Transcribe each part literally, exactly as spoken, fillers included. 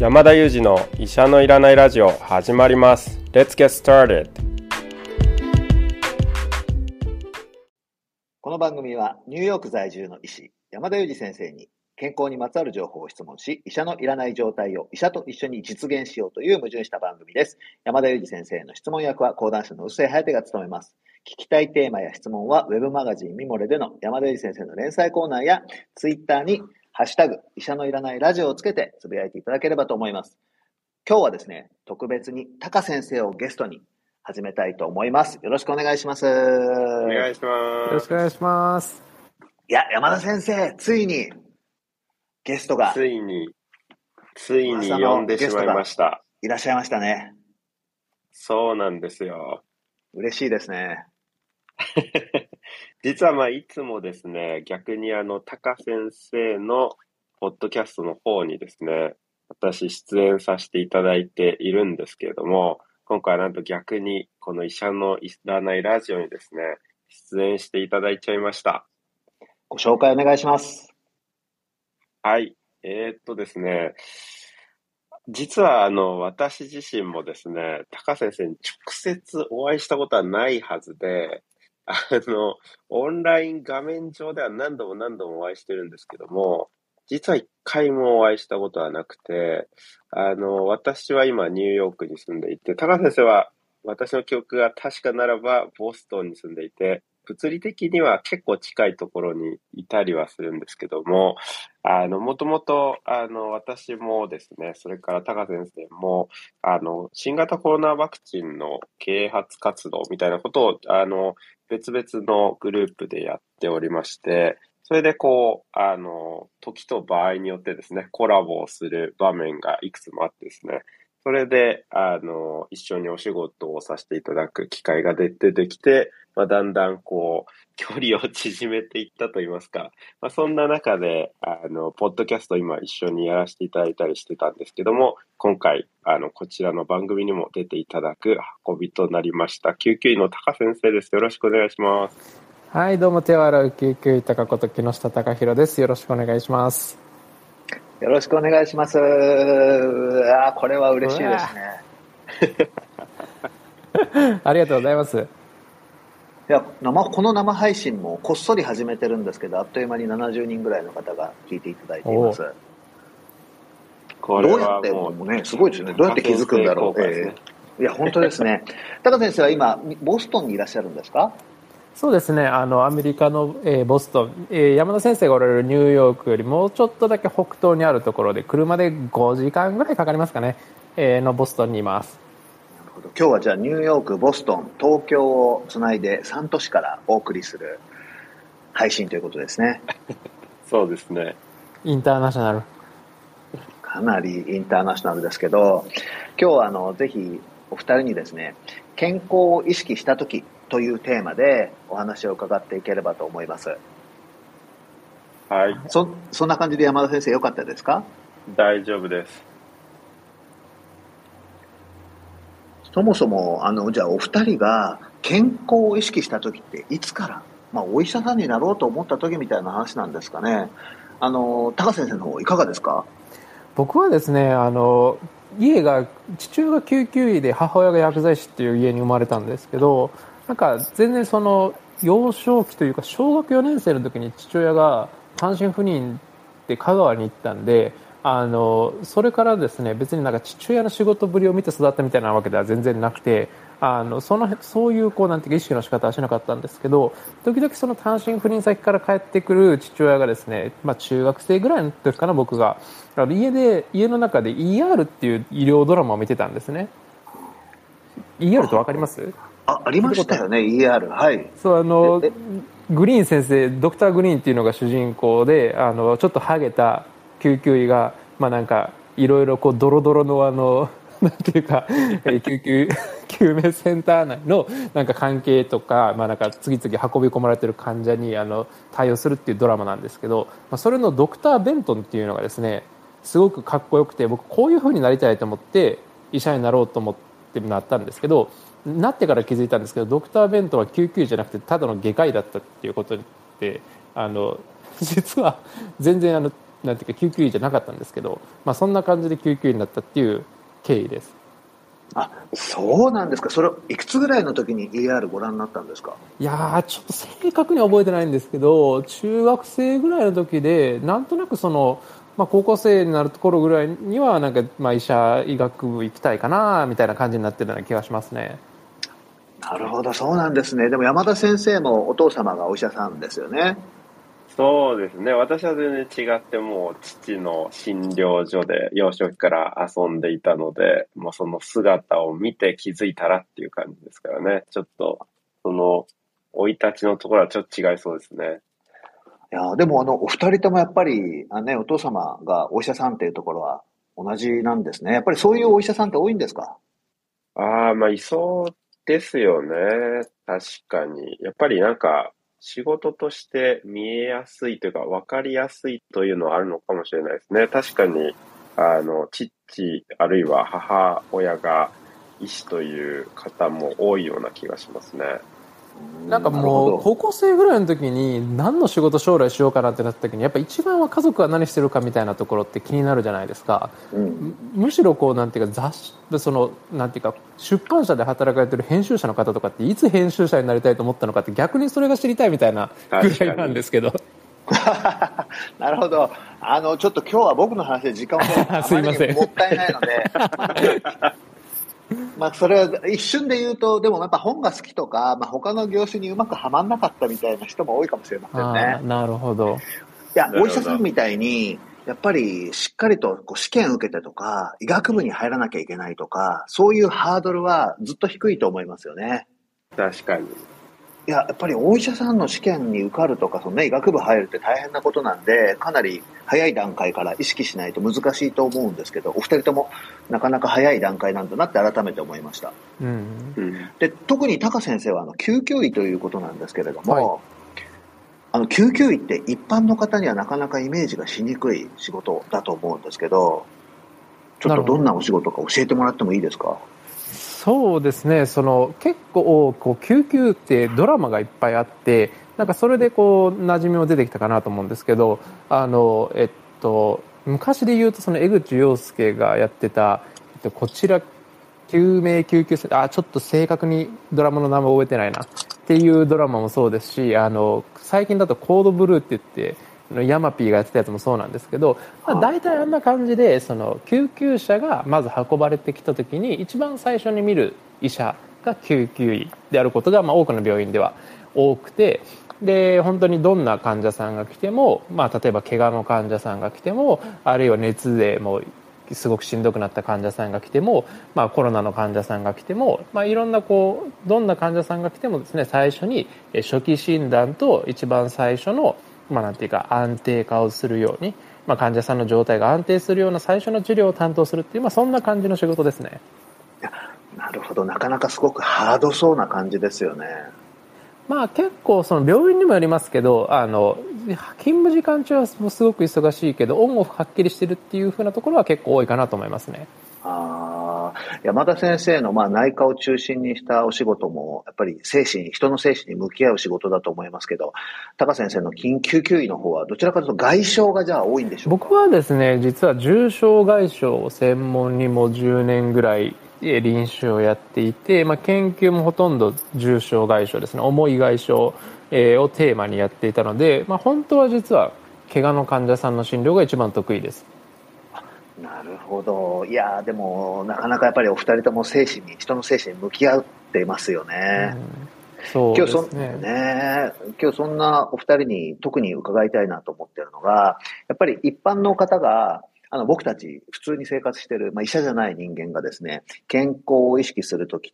山田裕二の医者のいらないラジオ始まります。 Let's get started。 この番組はニューヨーク在住の医師山田裕二先生に健康にまつわる情報を質問し、医者のいらない状態を医者と一緒に実現しようという矛盾した番組です。山田裕二先生の質問役は講談師の臼井颯が務めます。聞きたいテーマや質問はウェブマガジンミモレでの山田裕二先生の連載コーナーやツイッターにハッシュタグ医者のいらないラジオをつけてつぶやいていただければと思います。今日はですね、特別にタカ先生をゲストに始めたいと思います。よろしくお願いします。 お願いします。 よろしくお願いします。 いや、山田先生、ついにゲストがついについに呼んでしまいました。 いらっしゃいましたね。 そうなんですよ。 嬉しいですね。 実はまあいつもですね、逆にあのタカ先生のポッドキャストの方にですね、私出演させていただいているんですけれども、今回はなんと逆にこの医者のいらないラジオにですね、出演していただいちゃいました。 ご紹介お願いします。 はい、えー、っとですね、実はあの私自身もですね、タカ先生に直接お会いしたことはないはずで、あのオンライン画面上では何度も何度もお会いしてるんですけども、実は一回もお会いしたことはなくて、あの私は今ニューヨークに住んでいて、タカ先生は私の記憶が確かならばボストンに住んでいて、物理的には結構近いところにいたりはするんですけども、あのもともとあの私もですね、それからタカ先生もあの新型コロナワクチンの啓発活動みたいなことをあの別々のグループでやっておりまして、それでこうあの時と場合によってですね、コラボをする場面がいくつもあってですね、それであの一緒にお仕事をさせていただく機会が出てできて、まあ、だんだんこう距離を縮めていったといいますか、まあ、そんな中であのポッドキャスト今一緒にやらせていただいたりしてたんですけども、今回あのこちらの番組にも出ていただく運びとなりました救急医のタカ先生です。よろしくお願いします。 はい、どうも手を洗う救急医高こと木下隆弘です。よろしくお願いします。 よろしくお願いします。あ、これは嬉しいですね。 ありがとうございます。いや生この生配信もこっそり始めてるんですけど、あっという間にななじゅうにんぐらいの方が聞いていただいています。 これどうやってもうね、すごいですよね。どうやって気づくんだろう。えー、いや本当ですね。高先生は今ボストンにいらっしゃるんですか？ そうですね、あのアメリカの、えー、ボストン、えー、山田先生がおられるニューヨークよりもうちょっとだけ北東にあるところで、車でごじかんぐらいかかりますかね、えー、のボストンにいます。 なるほど。今日はじゃあニューヨーク、ボストン、東京をつないでさん都市からお送りする配信ということですね。 そうですね。 インターナショナル。 かなりインターナショナルですけど、今日はあのぜひお二人にですね、健康を意識した時というテーマでお話を伺っていければと思います。 はい。 そそんな感じで山田先生よかったですか？ 大丈夫です。 そもそもあのじゃあお二人が健康を意識した時っていつから、まあ、お医者さんになろうと思った時みたいな話なんですかね。あの高先生の方いかがですか？ 僕はですね、あの家が父親が救急医で母親が薬剤師っていう家に生まれたんですけど、なんか全然その幼少期というか小学よねん生の時に父親が単身赴任で香川に行ったんで、あのそれからですね、別になんか父親の仕事ぶりを見て育ったみたいなわけでは全然なくて、あのそのそういうこうなんていうか意識の仕方はしなかったんですけど、時々その単身赴任先から帰ってくる父親がですね、まあ、中学生ぐらいの時かな、僕があの家で家の中で イーアール っていう医療ドラマを見てたんですね。 イーアール ってわかります？ あ、ありましたよね、 イーアール。 はい。 そう、あのグリーン先生、ドクターグリーンっていうのが主人公で、あのちょっとハゲた救急医が、まあ、なんかいろいろこうドロドロのあのなんていうか救急救命センター内のなんか関係とか、まあ、なんか次々運び込まれてる患者にあの対応するっていうドラマなんですけど、まあ、それのドクター・ベントンっていうのがですね、すごくかっこよくて、僕こういう風になりたいと思って医者になろうと思ってなったんですけど、なってから気づいたんですけど、ドクター・ベントンは救急医じゃなくてただの外科医だったっていうことで、あの実は全然あのなんていうか救急医じゃなかったんですけど、まあ、そんな感じで救急医になったっていう経緯です。 あ、そうなんですか。それいくつぐらいの時に イーアール ご覧になったんですか？ いやーちょっと正確には覚えてないんですけど、中学生ぐらいの時でなんとなくその、まあ、高校生になるところぐらいにはなんか、まあ、医者医学部行きたいかなみたいな感じになってるような気がしますね。 なるほど、そうなんですね。でも山田先生もお父様がお医者さんですよね。 そうですね。私は全然違って、もう父の診療所で幼少期から遊んでいたので、もうその姿を見て気づいたらっていう感じですからね。ちょっと、その、生い立ちのところはちょっと違いそうですね。 いや、でもあの、お二人ともやっぱり、あね、お父様がお医者さんっていうところは同じなんですね。やっぱりそういうお医者さんって多いんですか？ ああ、まあ、いそうですよね。確かに。やっぱりなんか、仕事として見えやすいというか、わかりやすいというのはあるのかもしれないですね。確かに、あの、父、あるいは母親が医師という方も多いような気がしますね。 なんかもう高校生ぐらいの時に何の仕事将来しようかなってなった時にやっぱ一番は家族は何してるかみたいなところって気になるじゃないですか、うん、むしろこうなんていうか雑誌そのなんていうか出版社で働かれてる編集者の方とかっていつ編集者になりたいと思ったのかって逆にそれが知りたいみたいなぐらいなんですけどなるほど。あのちょっと今日は僕の話で時間をあまりにもったいないのでまあそれは一瞬で言うと、でもやっぱ本が好きとか、まあ、他の業種にうまくはまんなかったみたいな人も多いかもしれませんね。 あ、なるほど。 いや、お医者さんみたいに、やっぱりしっかりとこう試験受けてとか、医学部に入らなきゃいけないとか、そういうハードルはずっと低いと思いますよね。 確かに。 いや、やっぱりお医者さんの試験に受かるとか、そのね、医学部入るって大変なことなんで、かなり早い段階から意識しないと難しいと思うんですけど、お二人ともなかなか早い段階なんだなって改めて思いました。うん、で、特に高先生はあの救急医ということなんですけれども、はい、あの救急医って一般の方にはなかなかイメージがしにくい仕事だと思うんですけど、ちょっとどんなお仕事か教えてもらってもいいですか？ そうですね、その結構こう救急ってドラマがいっぱいあって、なんかそれでこう馴染みも出てきたかなと思うんですけど、あの、えっと、昔で言うとその江口洋介がやってた、えっと、こちら救命救急センター、あ、ちょっと正確にドラマの名前覚えてないなっていうドラマもそうですし、あの最近だとコードブルーって言ってヤマピーがやってたやつもそうなんですけど、まあ、大体あんな感じでその救急車がまず運ばれてきた時に一番最初に見る医者が救急医であることが、まあ、多くの病院では多くて、で本当にどんな患者さんが来ても、まあ、例えば怪我の患者さんが来ても、あるいは熱でもうすごくしんどくなった患者さんが来ても、まあ、コロナの患者さんが来ても、まあ、いろんなこうどんな患者さんが来てもですね、最初に初期診断と一番最初のまあ、なんていうか安定化をするように、まあ、患者さんの状態が安定するような最初の治療を担当するっていう、まあ、そんな感じの仕事ですね。 いや、なるほど。なかなかすごくハードそうな感じですよね。 まあ、結構その病院にもよりますけど、あの勤務時間中はすごく忙しいけどオンオフはっきりしてるっていう風なところは結構多いかなと思いますね。 あ、山田先生のまあ内科を中心にしたお仕事もやっぱり精神、人の精神に向き合う仕事だと思いますけど、高先生の救急医の方はどちらかというと外傷がじゃあ多いんでしょうか？ 僕はですね、実は重症外傷を専門にもうじゅうねんぐらい臨床をやっていて、まあ、研究もほとんど重症外傷ですね、重い外傷をテーマにやっていたので、まあ、本当は実は怪我の患者さんの診療が一番得意です。 なるほど。いやでもなかなかやっぱりお二人とも精神に人の精神に向き合ってますよね。 うん、そうですね。 今日そね、今日そんなお二人に特に伺いたいなと思ってるのが、やっぱり一般の方があの僕たち普通に生活してる、まあ、医者じゃない人間がですね、健康を意識するときって、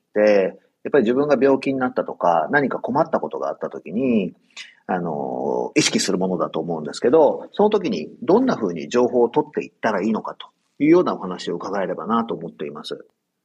やっぱり自分が病気になったとか何か困ったことがあったときにあの意識するものだと思うんですけど、その時にどんな風に情報を取っていったらいいのかというようなお話を伺えればなと思っています。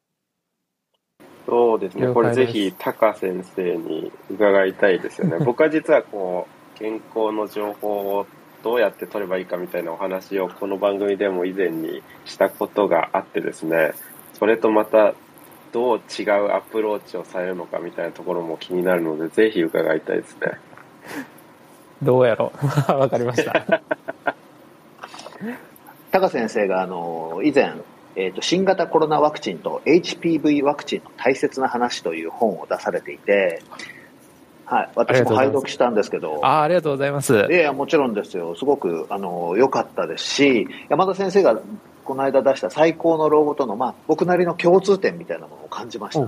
そうですね。これぜひ高先生に伺いたいですよね。僕は実はこう健康の情報をどうやって取ればいいかみたいなお話をこの番組でも以前にしたことがあってですね、それとまたどう違うアプローチをされるのかみたいなところも気になるので、ぜひ伺いたいですね。 どうやろうわかりました高先生があの以前、えーと、新型コロナワクチンと エイチピーブイ ワクチンの大切な話という本を出されていて、はい、私も拝読したんですけど、 あありがとうございます。 いやもちろんですよ。すごくあの良かったですし、山田先生がこの間出した最高の老後との、まあ、僕なりの共通点みたいなものを感じましたね。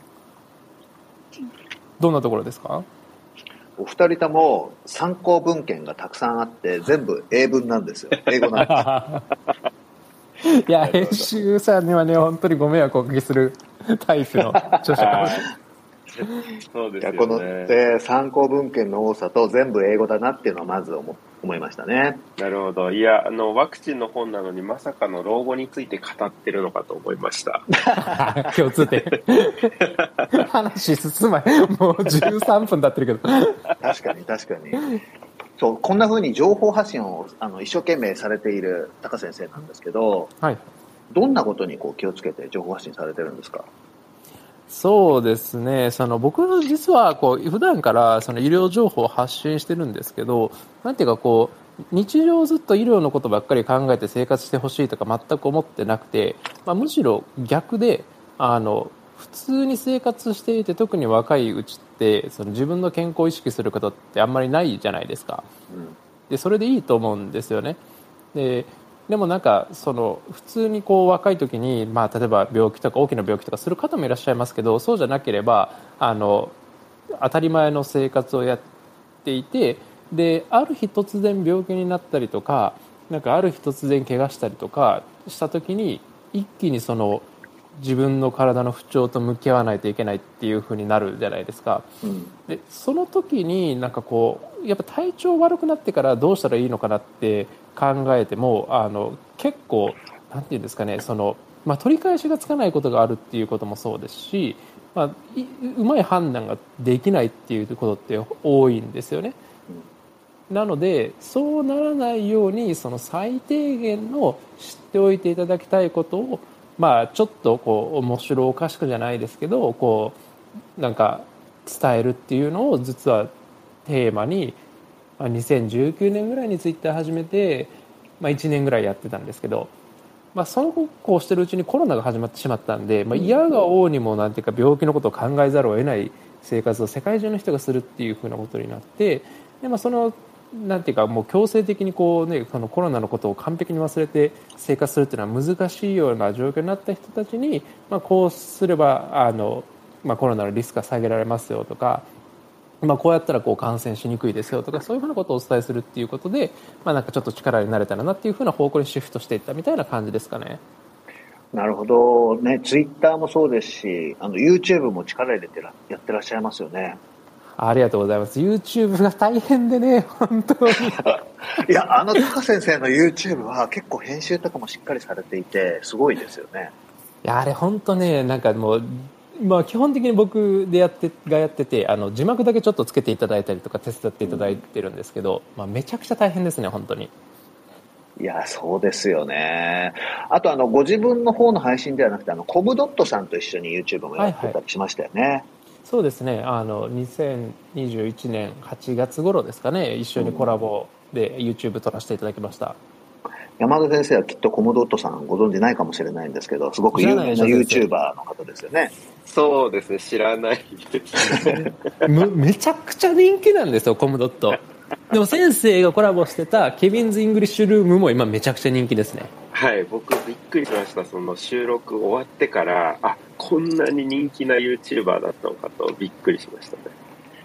どんなところですか？ お二人とも参考文献がたくさんあって全部英文なんですよ。英語なんですいや編集者にはね本当にご迷惑をおかけするタイプの著者かもしれない。 そうですよね。 この、えー、参考文献の多さと全部英語だなっていうのはまず思思いましたね。 なるほど。いや、あのワクチンの本なのにまさかの老後について語ってるのかと思いました。 共通点。話進まない。もうじゅうさんぷん経ってるけど。 確かに確かに。そう、こんな風に情報発信をあの一生懸命されている高先生なんですけど、 はい、 どんなことにこう気をつけて情報発信されてるんですか？ そうですね、その僕実はこう普段からその医療情報を発信してるんですけど、なんていうかこう日常ずっと医療のことばっかり考えて生活してほしいとか全く思ってなくて、まあ、むしろ逆であの普通に生活していて特に若いうちってその自分の健康を意識することってあんまりないじゃないですか。でそれでいいと思うんですよね。ででもなんかその普通にこう若い時に、まあ、例えば病気とか大きな病気とかする方もいらっしゃいますけど、そうじゃなければあの当たり前の生活をやっていて、である日突然病気になったりとか、なんかある日突然怪我したりとかした時に一気にその自分の体の不調と向き合わないといけないっていう風になるじゃないですか。 うん、 でその時になんかこうやっぱ体調悪くなってからどうしたらいいのかなって考えてもあの結構なんていうんですかね、その、まあ、取り返しがつかないことがあるっていうこともそうですし、まあ、うまい判断ができないっていうことって多いんですよね。なのでそうならないようにその最低限の知っておいていただきたいことを、まあ、ちょっとこう面白おかしくじゃないですけどこうなんか伝えるっていうのを実はテーマににせんじゅうきゅうねんぐらいにツイッター始めて、まあ、いちねんぐらいやってたんですけど、まあ、そのこうしてるうちにコロナが始まってしまったんで、まあ、嫌が王にもなんていうか病気のことを考えざるを得ない生活を世界中の人がするっていうふうなことになって、で、まあ、そのなんていうかもう強制的にこう、ね、そのコロナのことを完璧に忘れて生活するっていうのは難しいような状況になった人たちに、まあ、こうすればあの、まあ、コロナのリスクが下げられますよとか、まあ、こうやったらこう感染しにくいですよとか、そういうふうなことをお伝えするっていうことで、まあ、なんかちょっと力になれたらなっていうふうな方向にシフトしていったみたいな感じですかね。 なるほどね。ツイッターもそうですし、あの YouTube も力入れてらやってらっしゃいますよね。 ありがとうございます。 YouTube が大変でね本当にいや、あの高先生の YouTube は結構編集とかもしっかりされていてすごいですよね。 いやあれ本当ね、なんかもうまあ、基本的に僕でやってがやっててあの字幕だけちょっとつけていただいたりとか手伝っていただいてるんですけど、まあ、めちゃくちゃ大変ですね本当に。 いやそうですよね。あとあのご自分の方の配信ではなくてあのコムドットさんと一緒に YouTube もやってたりしましたよね。はいはい、 そうですね、あのにせんにじゅういちねんはちがつ頃ですかね、一緒にコラボで YouTube 撮らせていただきました。 山田先生はきっとコムドットさんご存じないかもしれないんですけど、すごく有名な YouTuber の方ですよね。 そうですね、知らないですねめちゃくちゃ人気なんですよコムドット。でも先生がコラボしてたケビンズ・イングリッシュルームも今めちゃくちゃ人気ですね。 はい、僕びっくりしました。その収録終わってからあこんなに人気な YouTuber だったのかとびっくりしましたね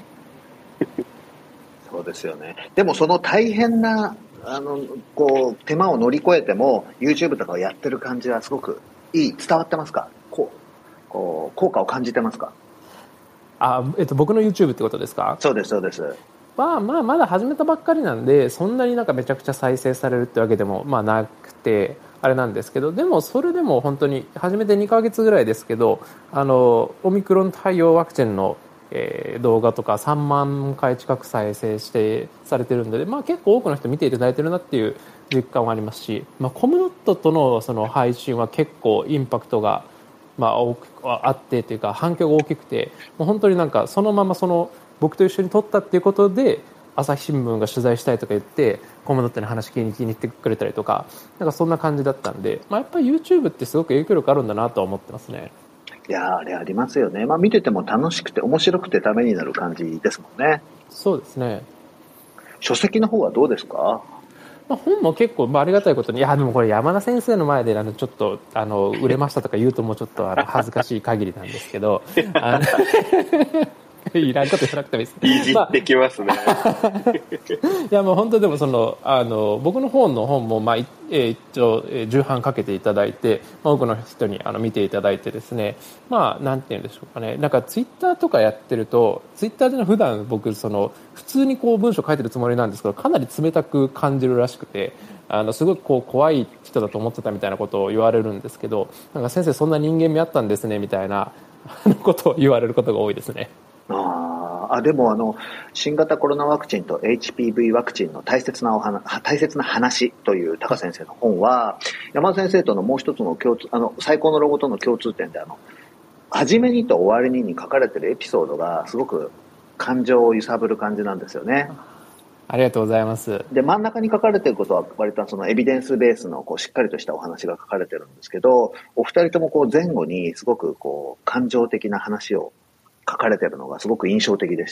そうですよね。でもその大変なあのこう手間を乗り越えても YouTube とかをやってる感じはすごくいい、伝わってますか？こうこう効果を感じてますか？ あ、えっと、僕の YouTube ってことですか？ そうですそうです。 まあまあまだ始めたばっかりなんでそんなになんかめちゃくちゃ再生されるってわけでもまあなくてあれなんですけど、でもそれでも本当に始めてにかげつぐらいですけど、あのオミクロン対応ワクチンの、えー、動画とかさんまんかい近く再生してされてるんで、まあ、結構多くの人見ていただいてるなっていう実感はありますし、まあ、コムドットとのその配信は結構インパクトが、まあ、あってというか反響が大きくて、もう本当になんかそのままその僕と一緒に撮ったっていうことで朝日新聞が取材したいとか言ってコムドットに話聞きに来に行ってくれたりとか、なんかそんな感じだったんで、まあ、やっぱり YouTube ってすごく影響力あるんだなとは思ってますね。 いやあれありますよね。まあ見てても楽しくて面白くてためになる感じですもんね。 そうですね。 書籍の方はどうですか？ まあ、本も結構、まあ、ありがたいことに、いやでもこれ山田先生の前であのちょっとあの売れましたとか言うともうちょっとあの恥ずかしい限りなんですけどあのいらんこと言わなくてもいいです。 いじってきますね。 いやもう本当でもそのあの僕の本の本も、まあえー、一応重版かけていただいて、まあ、多くの人にあの見ていただいてですね、まあなんて言うんでしょうかね、なんかツイッターとかやってると、ツイッターでの普段僕その普通にこう文章書いてるつもりなんですけど、かなり冷たく感じるらしくて、あのすごくこう怖い人だと思ってたみたいなことを言われるんですけど、なんか先生そんな人間味あったんですねみたいなことを言われることが多いですね。 ああ、でもあの、新型コロナワクチンと エイチピーブイ ワクチンの大切なお話、大切な話という高先生の本は、山田先生とのもう一つの共通、あの、最高の老後との共通点で、あの、初めにと終わりにに書かれているエピソードがすごく感情を揺さぶる感じなんですよね。 ありがとうございます。 で、真ん中に書かれていることは割とそのエビデンスベースのこうしっかりとしたお話が書かれてるんですけど、お二人ともこう前後にすごくこう感情的な話を書かれているのがすごく印象的でした。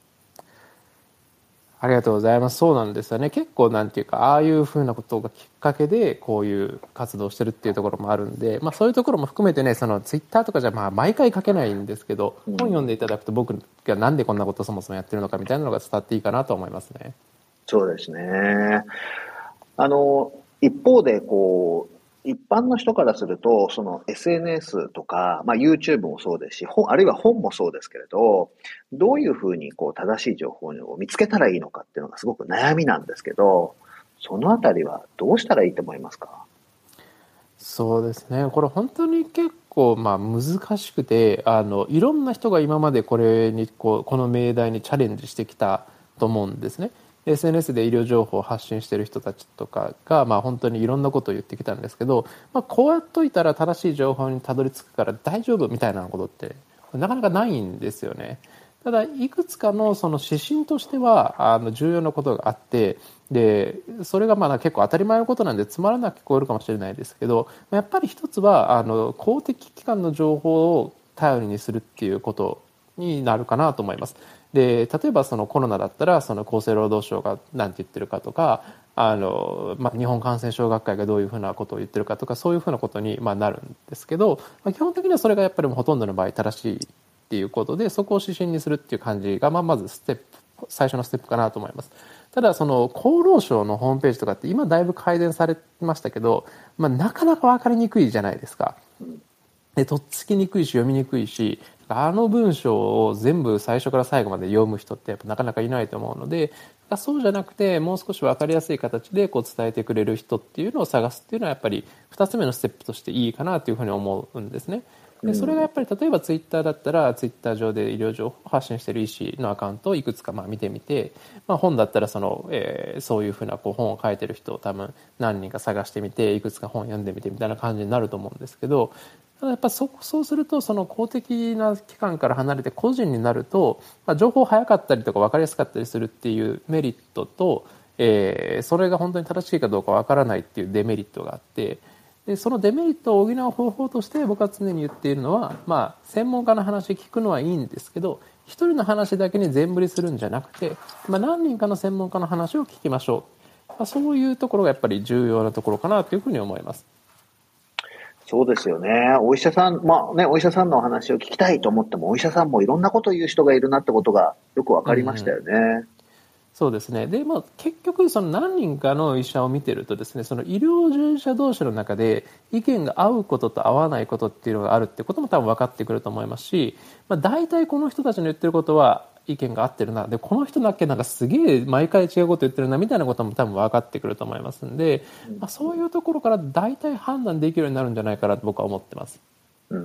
ありがとうございます。そうなんですよね。結構なんていうか、ああいうふうなことがきっかけでこういう活動をしてるっていうところもあるんで、まあそういうところも含めてね、そのツイッターとかじゃまあ毎回書けないんですけど、 うん、 本読んでいただくと僕がなんでこんなことをそもそもやってるのかみたいなのが伝わっていいかなと思いますね。 そうですね。あの、一方でこう、一般の人からすると、その エスエヌエス とか、まあ YouTube もそうですし、本、あるいは本もそうですけれど、どういうふうにこう正しい情報を見つけたらいいのかっていうのがすごく悩みなんですけど、そのあたりはどうしたらいいと思いますか？ そうですね。これ本当に結構まあ難しくて、あのいろんな人が今までこれにこうこの命題にチャレンジしてきたと思うんですね。エスエヌエス で医療情報を発信している人たちとかが、まあ、本当にいろんなことを言ってきたんですけど、まあ、こうやっといたら正しい情報にたどり着くから大丈夫みたいなことってなかなかないんですよね。ただいくつかのその指針としてはあの重要なことがあって、でそれがまあ結構当たり前のことなんでつまらなく聞こえるかもしれないですけど、やっぱり一つはあの公的機関の情報を頼りにするっていうことになるかなと思います。で例えばそのコロナだったらその厚生労働省が何て言ってるかとか、あの、まあ、日本感染症学会がどういうふうなことを言ってるかとか、そういうふうなことにまあなるんですけど、まあ、基本的にはそれがやっぱりほとんどの場合正しいっていうことで、そこを指針にするっていう感じが、まあ、まずステップ最初のステップかなと思います。ただその厚労省のホームページとかって今だいぶ改善されましたけど、まあ、なかなか分かりにくいじゃないですか。でとっつきにくいし読みにくいし、あの文章を全部最初から最後まで読む人ってやっぱなかなかいないと思うので、そうじゃなくてもう少し分かりやすい形でこう伝えてくれる人っていうのを探すっていうのはやっぱりふたつめのステップとしていいかなというふうに思うんですね。でそれがやっぱり例えばツイッターだったらツイッター上で医療情報を発信している医師のアカウントをいくつかまあ見てみて、まあ、本だったらその、えー、そういうふうなこう本を書いてる人を多分何人か探してみていくつか本読んでみてみたいな感じになると思うんですけど、ただやっぱそそうするとその公的な機関から離れて個人になると、まあ、情報早かったりとか分かりやすかったりするっていうメリットと、えー、それが本当に正しいかどうか分からないっていうデメリットがあって、でそのデメリットを補う方法として僕は常に言っているのは、まあ、専門家の話聞くのはいいんですけど、一人の話だけに全振りするんじゃなくて、まあ、何人かの専門家の話を聞きましょう、まあ、そういうところがやっぱり重要なところかなというふうに思います。 そうですよね。お医者さん、まあね、お医者さんのお話を聞きたいと思っても、お医者さんもいろんなことを言う人がいるなってことがよくわかりましたよね。うんそうですね。で、まあ、結局その何人かの医者を見てるとですね、その医療従事者同士の中で意見が合うことと合わないことっていうのがあるってことも多分分かってくると思いますし、まあ、大体この人たちの言ってることは意見が合ってるな、でこの人だけなんかすげえ毎回違うこと言ってるなみたいなことも多分分かってくると思いますんで、まあ、そういうところから大体判断できるようになるんじゃないかなと僕は思ってます。 うん、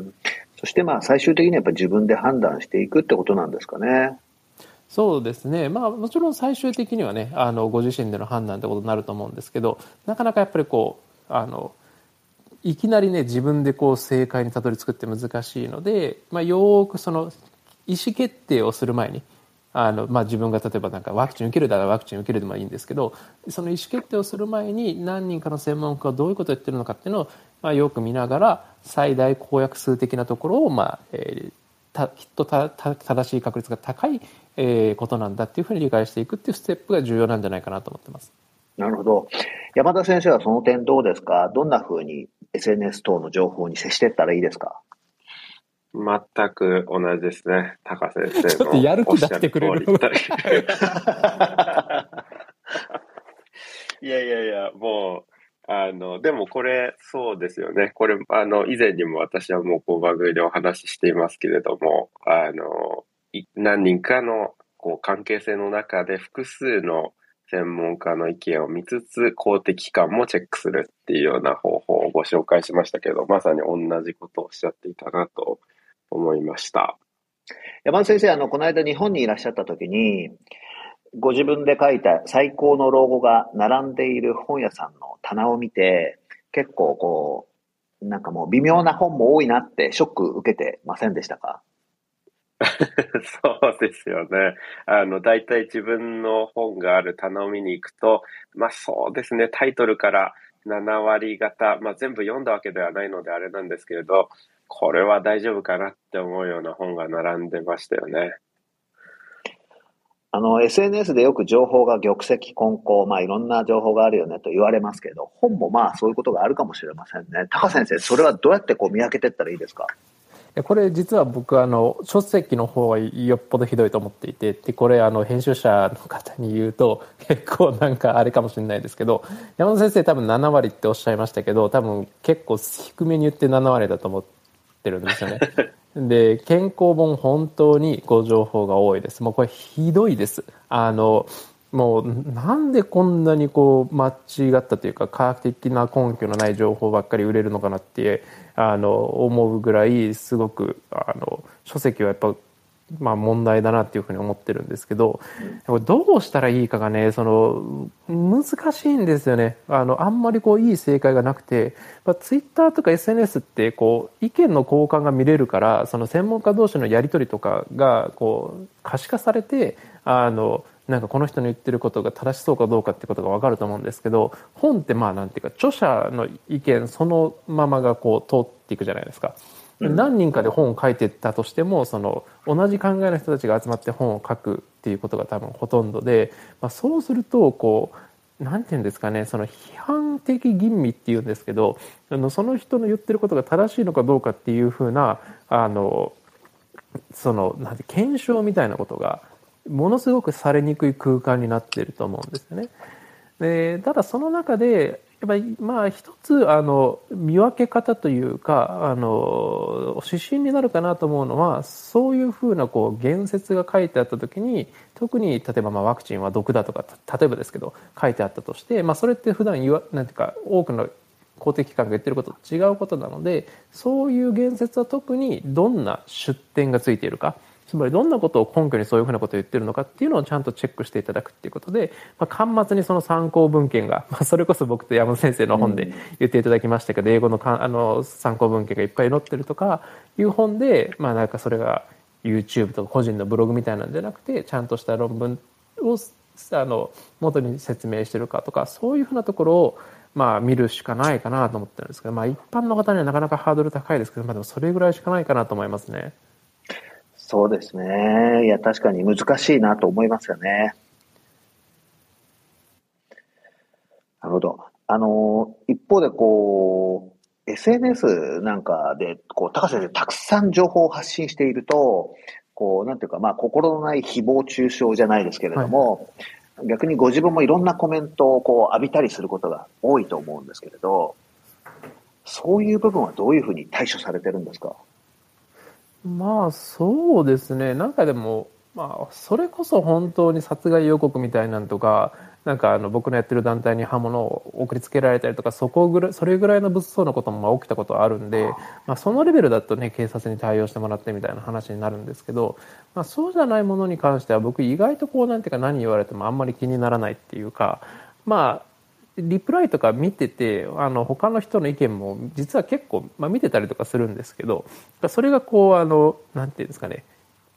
そしてまあ最終的にやっぱ自分で判断していくってことなんですかね。 そうですね、まあ、もちろん最終的にはね、あのご自身での判断ということになると思うんですけど、なかなかやっぱりこうあのいきなりね自分でこう正解にたどり着くって難しいので、まあ、よーくその意思決定をする前にあの、まあ、自分が例えばなんかワクチン受けるならワクチン受けるでもいいんですけど、その意思決定をする前に何人かの専門家がどういうことを言ってるのかっていうのを、まあ、よく見ながら最大公約数的なところを、まあえー、たきっとたた正しい確率が高い、えー、ことなんだっていうふうに理解していくっていうステップが重要なんじゃないかなと思ってます。 なるほど。山田先生はその点どうですか？どんなふうに エスエヌエス 等の情報に接していったらいいですか？ 全く同じですね。タカ先生ちょっとやる気出してくれる。 いやいやいや、もう、あの、でもこれ、そうですよね。これ、あの、以前にも私はもう、こう、番組でお話ししていますけれども、あの、何人かの、こう、関係性の中で複数の専門家の意見を見つつ、公的機関もチェックするっていうような方法をご紹介しましたけど、まさに同じことをおっしゃっていたなと思いました。 山田先生、あの、この間日本にいらっしゃった時に、ご自分で書いた最高の老後が並んでいる本屋さんの棚を見て、結構こう、なんかもう微妙な本も多いなってショック受けてませんでしたか？ そうですよね。あの、大体自分の本がある棚を見に行くと、まあそうですね、タイトルからなな割方、まあ全部読んだわけではないのであれなんですけれど、これは大丈夫かなって思うような本が並んでましたよね。 あの、エスエヌエス でよく情報が玉石混交、まあいろんな情報があるよねと言われますけど、本もまあそういうことがあるかもしれませんね。高先生、それはどうやってこう見分けていったらいいですか？ これ実は僕あの書籍の方はよっぽどひどいと思っていて、でこれあの編集者の方に言うと結構なんかあれかもしれないですけど、山田先生多分なな割っておっしゃいましたけど、多分結構低めに言ってなな割だと思ってるんですよね。で健康本本当にご情報が多いです。もうこれひどいです。あのもうなんでこんなにこう間違ったというか科学的な根拠のない情報ばっかり売れるのかなってあの思うぐらいすごくあの書籍はやっぱ、まあ、問題だなっていうふうに思ってるんですけど、どうしたらいいかがね、その難しいんですよね。あのあんまりこういい正解がなくて、まあ、ツイッターとか エスエヌエス ってこう意見の交換が見れるから、その専門家同士のやり取りとかがこう可視化されて、あのなんかこの人の言ってることが正しそうかどうかってことが分かると思うんですけど、本ってまあなんていうか著者の意見そのままがこう通っていくじゃないですか。何人かで本を書いてたとしても、その同じ考えの人たちが集まって本を書くっていうことが多分ほとんどで、まあ、そうするとこうなんていうんですかね、その批判的吟味っていうんですけど、あのその人の言ってることが正しいのかどうかっていうふうなあのそのなんて検証みたいなことがものすごくされにくい空間になっていると思うんですよね。でただその中でやっぱりまあ一つあの見分け方というかあの指針になるかなと思うのは、そういうふうなこう言説が書いてあった時に、特に例えばまあワクチンは毒だとか例えばですけど書いてあったとして、まあ、それって普段言わなんていうか多くの公的機関が言ってることと違うことなので、そういう言説は特にどんな出典がついているか、つまりどんなことを根拠にそういうふうなことを言ってるのかっていうのをちゃんとチェックしていただくっていうことで、まあ、端末にその参考文献が、まあ、それこそ僕と山田先生の本で言っていただきましたけど、英語のかあの参考文献がいっぱい載ってるとかいう本で、まあなんかそれが YouTube とか個人のブログみたいなんじゃなくて、ちゃんとした論文をあの元に説明してるかとか、そういうふうなところをまあ見るしかないかなと思ってるんですけど、まあ一般の方にはなかなかハードル高いですけど、まあでもそれぐらいしかないかなと思いますね。 そうですね。いや、確かに難しいなと思いますよね。なるほど。あの、一方でこう、エスエヌエス なんかで、こう、高瀬先生たくさん情報を発信していると、こう、なんていうか、まあ、心のない誹謗中傷じゃないですけれども、はい、逆にご自分もいろんなコメントをこう浴びたりすることが多いと思うんですけれど、そういう部分はどういうふうに対処されてるんですか？ まあそうですね、なんかでも、まあ、それこそ本当に殺害予告みたいなんとか、なんかあの僕のやってる団体に刃物を送りつけられたりとか、そこぐらいそれぐらいの物騒なことも起きたことはあるんで、まあ、そのレベルだとね警察に対応してもらってみたいな話になるんですけど、まあ、そうじゃないものに関しては僕意外とこうなんていうか何言われてもあんまり気にならないっていうか、まあリプライとか見てて、あの他の人の意見も実は結構、まあ、見てたりとかするんですけど、それがこうあのなんていうんですかね、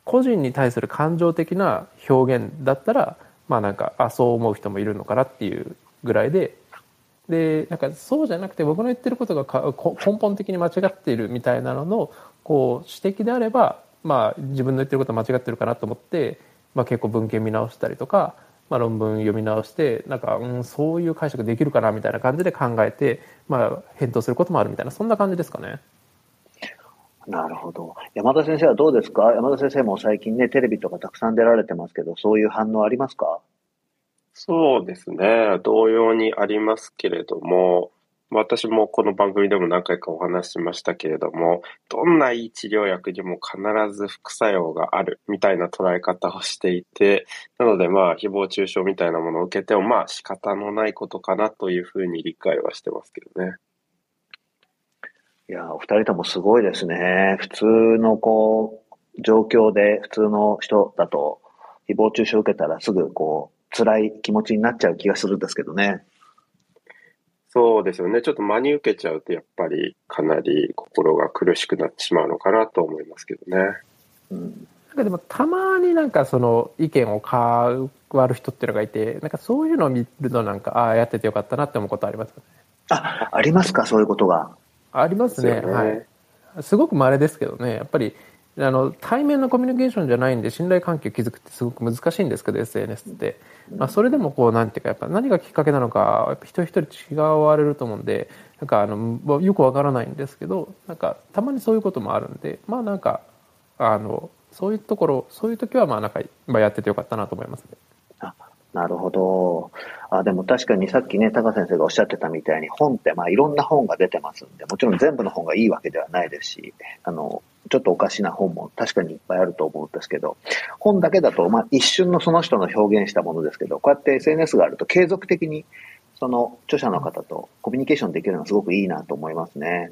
個人に対する感情的な表現だったら、まあなんか、あ、そう思う人もいるのかなっていうぐらいで、で、なんかそうじゃなくて僕の言ってることがか根本的に間違っているみたいなのの、こう、指摘であれば、まあ自分の言ってることは間違ってるかなと思って、まあ結構文献見直したりとか、まあ論文読み直して、なんか、うん、そういう解釈できるかなみたいな感じで考えて、まあ返答することもあるみたいな、そんな感じですかね。 なるほど。山田先生はどうですか？山田先生も最近ね、テレビとかたくさん出られてますけど、そういう反応ありますか？ そうですね。同様にありますけれども、私もこの番組でも何回かお話ししましたけれども、どんないい治療薬にも必ず副作用があるみたいな捉え方をしていて、なのでまあ誹謗中傷みたいなものを受けてもまあ仕方のないことかなというふうに理解はしてますけどね。 いや、お二人ともすごいですね。普通のこう、状況で普通の人だと、誹謗中傷を受けたらすぐこう、辛い気持ちになっちゃう気がするんですけどね。 そうですよね。ちょっと真に受けちゃうとやっぱりかなり心が苦しくなってしまうのかなと思いますけどね。 うん。 なんかでもたまになんかその意見を変わる人っていうのがいて、なんかそういうのを見るとなんか、ああ、やっててよかったなって思うことありますよね。 あ、ありますか、そういうことが。 ありますね。 ですよね。 はい。すごく稀ですけどね。やっぱり、あの、対面のコミュニケーションじゃないんで、信頼関係を築くってすごく難しいんですけど、エスエヌエス って。まあ、それでもこう、なんていうか、やっぱ何がきっかけなのか、やっぱ一人一人違われると思うんで、なんか、あの、よくわからないんですけど、なんか、たまにそういうこともあるんで、まあなんか、あの、そういうところ、そういう時は、まあなんか、まあ、やっててよかったなと思いますね。 あ、なるほど。あ、でも確かにさっきね、タカ先生がおっしゃってたみたいに、本ってまあいろんな本が出てますんで、もちろん全部の本がいいわけではないですし、あの、ちょっとおかしな本も確かにいっぱいあると思うんですけど、本だけだとまあ一瞬のその人の表現したものですけど、こうやって エスエヌエス があると継続的にその著者の方とコミュニケーションできるのはすごくいいなと思いますね。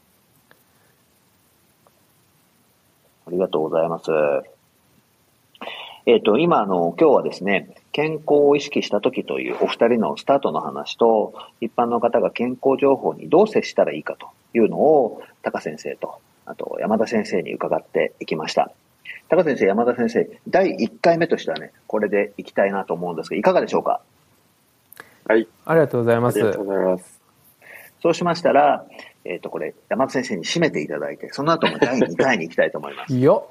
ありがとうございます。えっと、今、あの、今日はですね、健康を意識した時というお二人のスタートの話と、一般の方が健康情報にどう接したらいいかというのを、タカ先生と、あと山田先生に伺っていきました。タカ先生、山田先生、だいいっかいめとしてはね、これでいきたいなと思うんですが、いかがでしょうか？ はい。 ありがとうございます。 ありがとうございます。 そうしましたら、えっと、これ、山田先生に締めていただいて、その後もだいにかいに行きたいと思います。 よ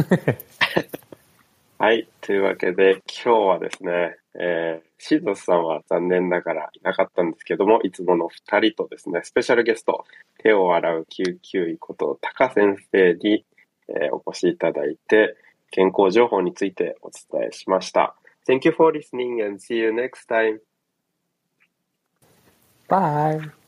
はい。というわけで、今日はですね、えー、シーゾスさんは残念ながらいなかったんですけども、いつものふたりとですね、スペシャルゲスト、手を洗う救急医ことタカ先生に、えー、お越しいただいて、健康情報についてお伝えしました。Thank you for listening and see you next time. Bye.